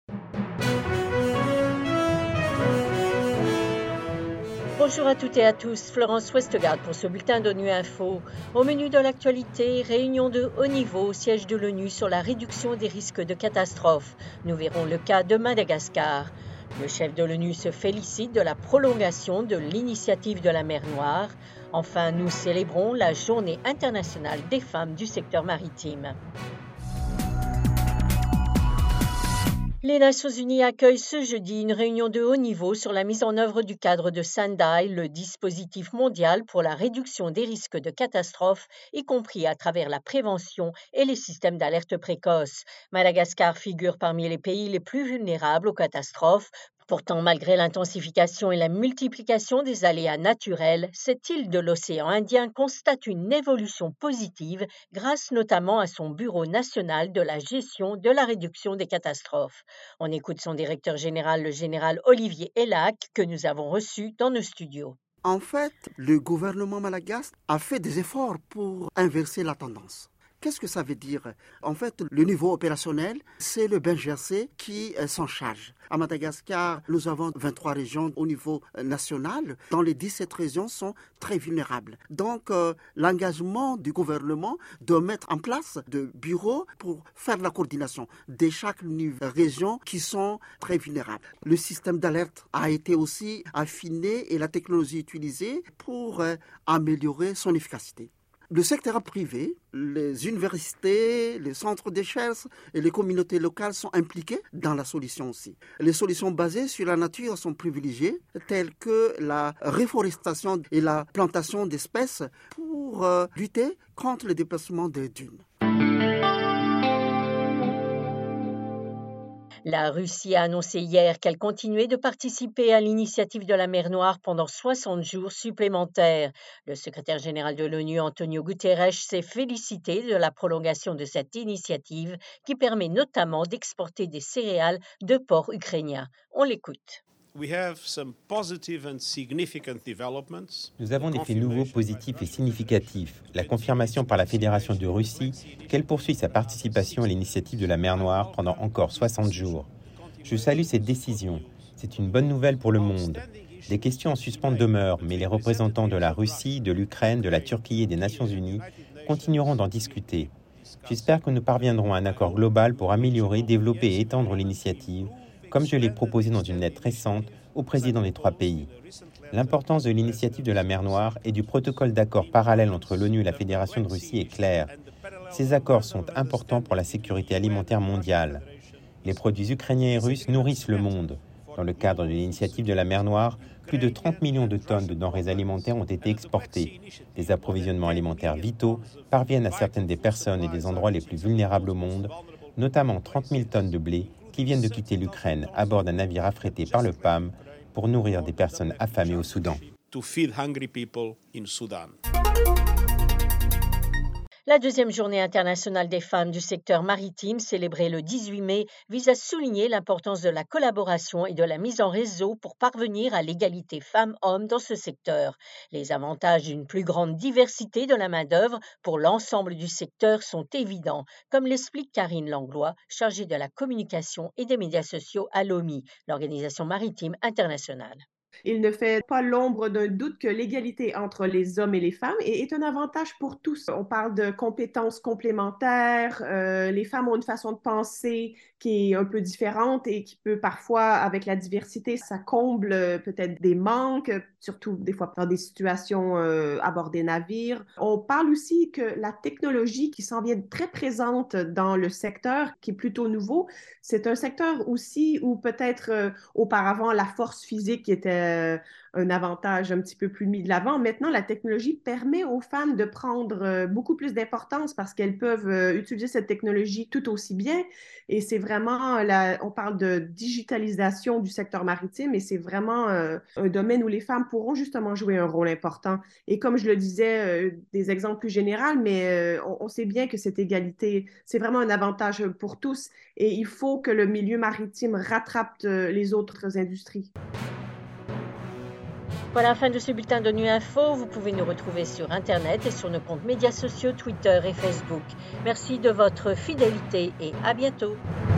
Bonjour à toutes et à tous, Florence Westgard pour ce bulletin d'ONU Info. Au menu de l'actualité, réunion de haut niveau au siège de l'ONU sur la réduction des risques de catastrophe. Nous verrons le cas de Madagascar. Le chef de l'ONU se félicite de la prolongation de l'initiative de la mer Noire. Enfin, nous célébrons la Journée internationale des femmes du secteur maritime. Les Nations Unies accueillent ce jeudi une réunion de haut niveau sur la mise en œuvre du cadre de Sendai, le dispositif mondial pour la réduction des risques de catastrophes, y compris à travers la prévention et les systèmes d'alerte précoce. Madagascar figure parmi les pays les plus vulnérables aux catastrophes. Pourtant, malgré l'intensification et la multiplication des aléas naturels, cette île de l'océan Indien constate une évolution positive grâce notamment à son Bureau national de la gestion de la réduction des catastrophes. On écoute son directeur général, le général Olivier Elac, que nous avons reçu dans nos studios. En fait, le gouvernement malagasy a fait des efforts pour inverser la tendance. Qu'est-ce que ça veut dire? En fait, le niveau opérationnel, c'est le BNGRC qui s'en charge. À Madagascar, nous avons 23 régions au niveau national, dont les 17 régions sont très vulnérables. Donc, l'engagement du gouvernement de mettre en place des bureaux pour faire la coordination de chaque région qui sont très vulnérables. Le système d'alerte a été aussi affiné et la technologie utilisée pour améliorer son efficacité. Le secteur privé, les universités, les centres de recherche et les communautés locales sont impliqués dans la solution aussi. Les solutions basées sur la nature sont privilégiées, telles que la réforestation et la plantation d'espèces pour lutter contre le déplacement des dunes. La Russie a annoncé hier qu'elle continuait de participer à l'initiative de la mer Noire pendant 60 jours supplémentaires. Le secrétaire général de l'ONU, Antonio Guterres, s'est félicité de la prolongation de cette initiative qui permet notamment d'exporter des céréales de ports ukrainiens. On l'écoute. Nous avons des faits nouveaux, positifs et significatifs. La confirmation par la Fédération de Russie qu'elle poursuit sa participation à l'initiative de la mer Noire pendant encore 60 jours. Je salue cette décision. C'est une bonne nouvelle pour le monde. Des questions en suspens demeurent, mais les représentants de la Russie, de l'Ukraine, de la Turquie et des Nations Unies continueront d'en discuter. J'espère que nous parviendrons à un accord global pour améliorer, développer et étendre l'initiative, comme je l'ai proposé dans une lettre récente au président des 3 pays. L'importance de l'initiative de la mer Noire et du protocole d'accord parallèle entre l'ONU et la Fédération de Russie est claire. Ces accords sont importants pour la sécurité alimentaire mondiale. Les produits ukrainiens et russes nourrissent le monde. Dans le cadre de l'initiative de la mer Noire, plus de 30 millions de tonnes de denrées alimentaires ont été exportées. Des approvisionnements alimentaires vitaux parviennent à certaines des personnes et des endroits les plus vulnérables au monde, notamment 30 000 tonnes de blé qui viennent de quitter l'Ukraine à bord d'un navire affrété par le PAM pour nourrir des personnes affamées au Soudan. La deuxième journée internationale des femmes du secteur maritime, célébrée le 18 mai, vise à souligner l'importance de la collaboration et de la mise en réseau pour parvenir à l'égalité femmes-hommes dans ce secteur. Les avantages d'une plus grande diversité de la main-d'œuvre pour l'ensemble du secteur sont évidents, comme l'explique Karine Langlois, chargée de la communication et des médias sociaux à l'OMI, l'Organisation maritime internationale. Il ne fait pas l'ombre d'un doute que l'égalité entre les hommes et les femmes est un avantage pour tous. On parle de compétences complémentaires, les femmes ont une façon de penser qui est un peu différente et qui peut parfois, avec la diversité, ça comble peut-être des manques, surtout des fois dans des situations à bord des navires. On parle aussi que la technologie qui s'en vient très présente dans le secteur, qui est plutôt nouveau, c'est un secteur aussi où peut-être auparavant la force physique était un avantage un petit peu plus mis de l'avant. Maintenant, la technologie permet aux femmes de prendre beaucoup plus d'importance parce qu'elles peuvent utiliser cette technologie tout aussi bien. Et c'est vraiment, on parle de digitalisation du secteur maritime et c'est vraiment un domaine où les femmes pourront justement jouer un rôle important. Et comme je le disais, des exemples plus généraux, mais on sait bien que cette égalité, c'est vraiment un avantage pour tous et il faut que le milieu maritime rattrape les autres industries. Voilà la fin de ce bulletin d'ONU Info. Vous pouvez nous retrouver sur Internet et sur nos comptes médias sociaux Twitter et Facebook. Merci de votre fidélité et à bientôt.